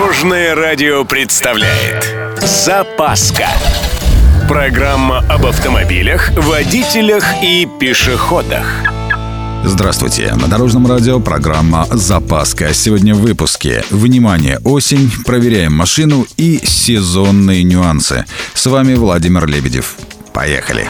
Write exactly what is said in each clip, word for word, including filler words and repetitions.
Дорожное радио представляет «Запаска». Программа об автомобилях, водителях и пешеходах. Здравствуйте! На Дорожном радио программа «Запаска». Сегодня в выпуске. Внимание, осень, проверяем машину и сезонные нюансы. С вами Владимир Лебедев. Поехали!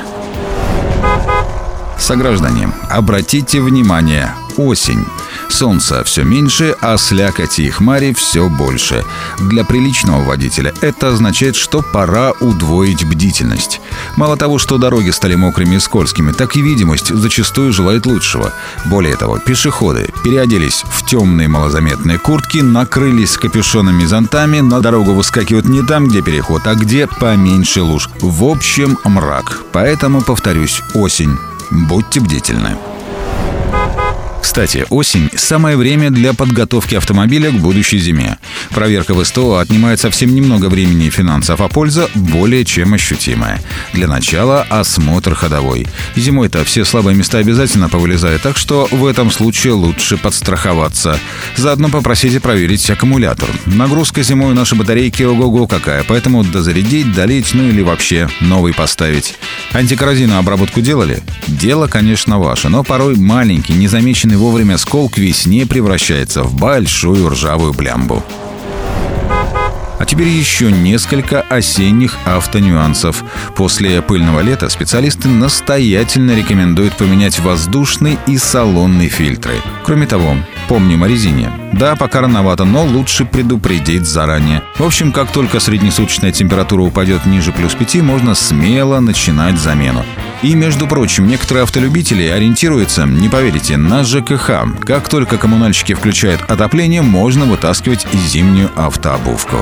Сограждане, обратите внимание, осень. Солнца все меньше, а слякоти и хмари все больше. Для приличного водителя это означает, что пора удвоить бдительность. Мало того, что дороги стали мокрыми и скользкими, так и видимость зачастую желает лучшего. Более того, пешеходы переоделись в темные малозаметные куртки, накрылись капюшонами и зонтами, на дорогу выскакивают не там, где переход, а где поменьше луж. В общем, мрак. Поэтому, повторюсь, осень. Будьте бдительны. Кстати, осень – самое время для подготовки автомобиля к будущей зиме. Проверка в СТО отнимает совсем немного времени и финансов, а польза более чем ощутимая. Для начала осмотр ходовой. Зимой-то все слабые места обязательно повылезают, так что в этом случае лучше подстраховаться. Заодно попросите проверить аккумулятор. Нагрузка зимой нашей батарейки ого-го какая, поэтому дозарядить, долить, ну или вообще новый поставить. Антикоррозийную обработку делали? Дело, конечно, ваше, но порой маленький, незамеченный вовремя скол к весне превращается в большую ржавую блямбу. А теперь еще несколько осенних автонюансов. После пыльного лета специалисты настоятельно рекомендуют поменять воздушный и салонный фильтры. Кроме того, помним о резине. Да, пока рановато, но лучше предупредить заранее. В общем, как только среднесуточная температура упадет ниже плюс пяти, можно смело начинать замену. И, между прочим, некоторые автолюбители ориентируются, не поверите, на ЖКХ. Как только коммунальщики включают отопление, можно вытаскивать и зимнюю автообувку.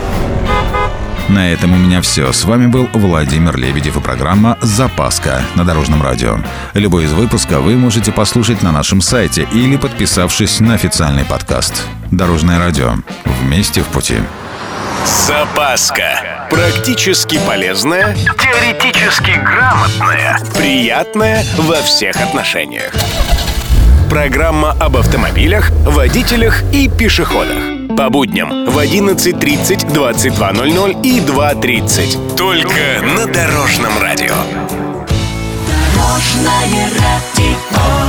На этом у меня все. С вами был Владимир Лебедев и программа «Запаска» на Дорожном радио. Любой из выпусков вы можете послушать на нашем сайте или подписавшись на официальный подкаст. Дорожное радио. Вместе в пути. Запаска. Практически полезная, теоретически грамотная, приятная во всех отношениях. Программа об автомобилях, водителях и пешеходах. По будням в одиннадцать тридцать, двадцать два ноль ноль и два тридцать. Только на Дорожном радио. Дорожное радио.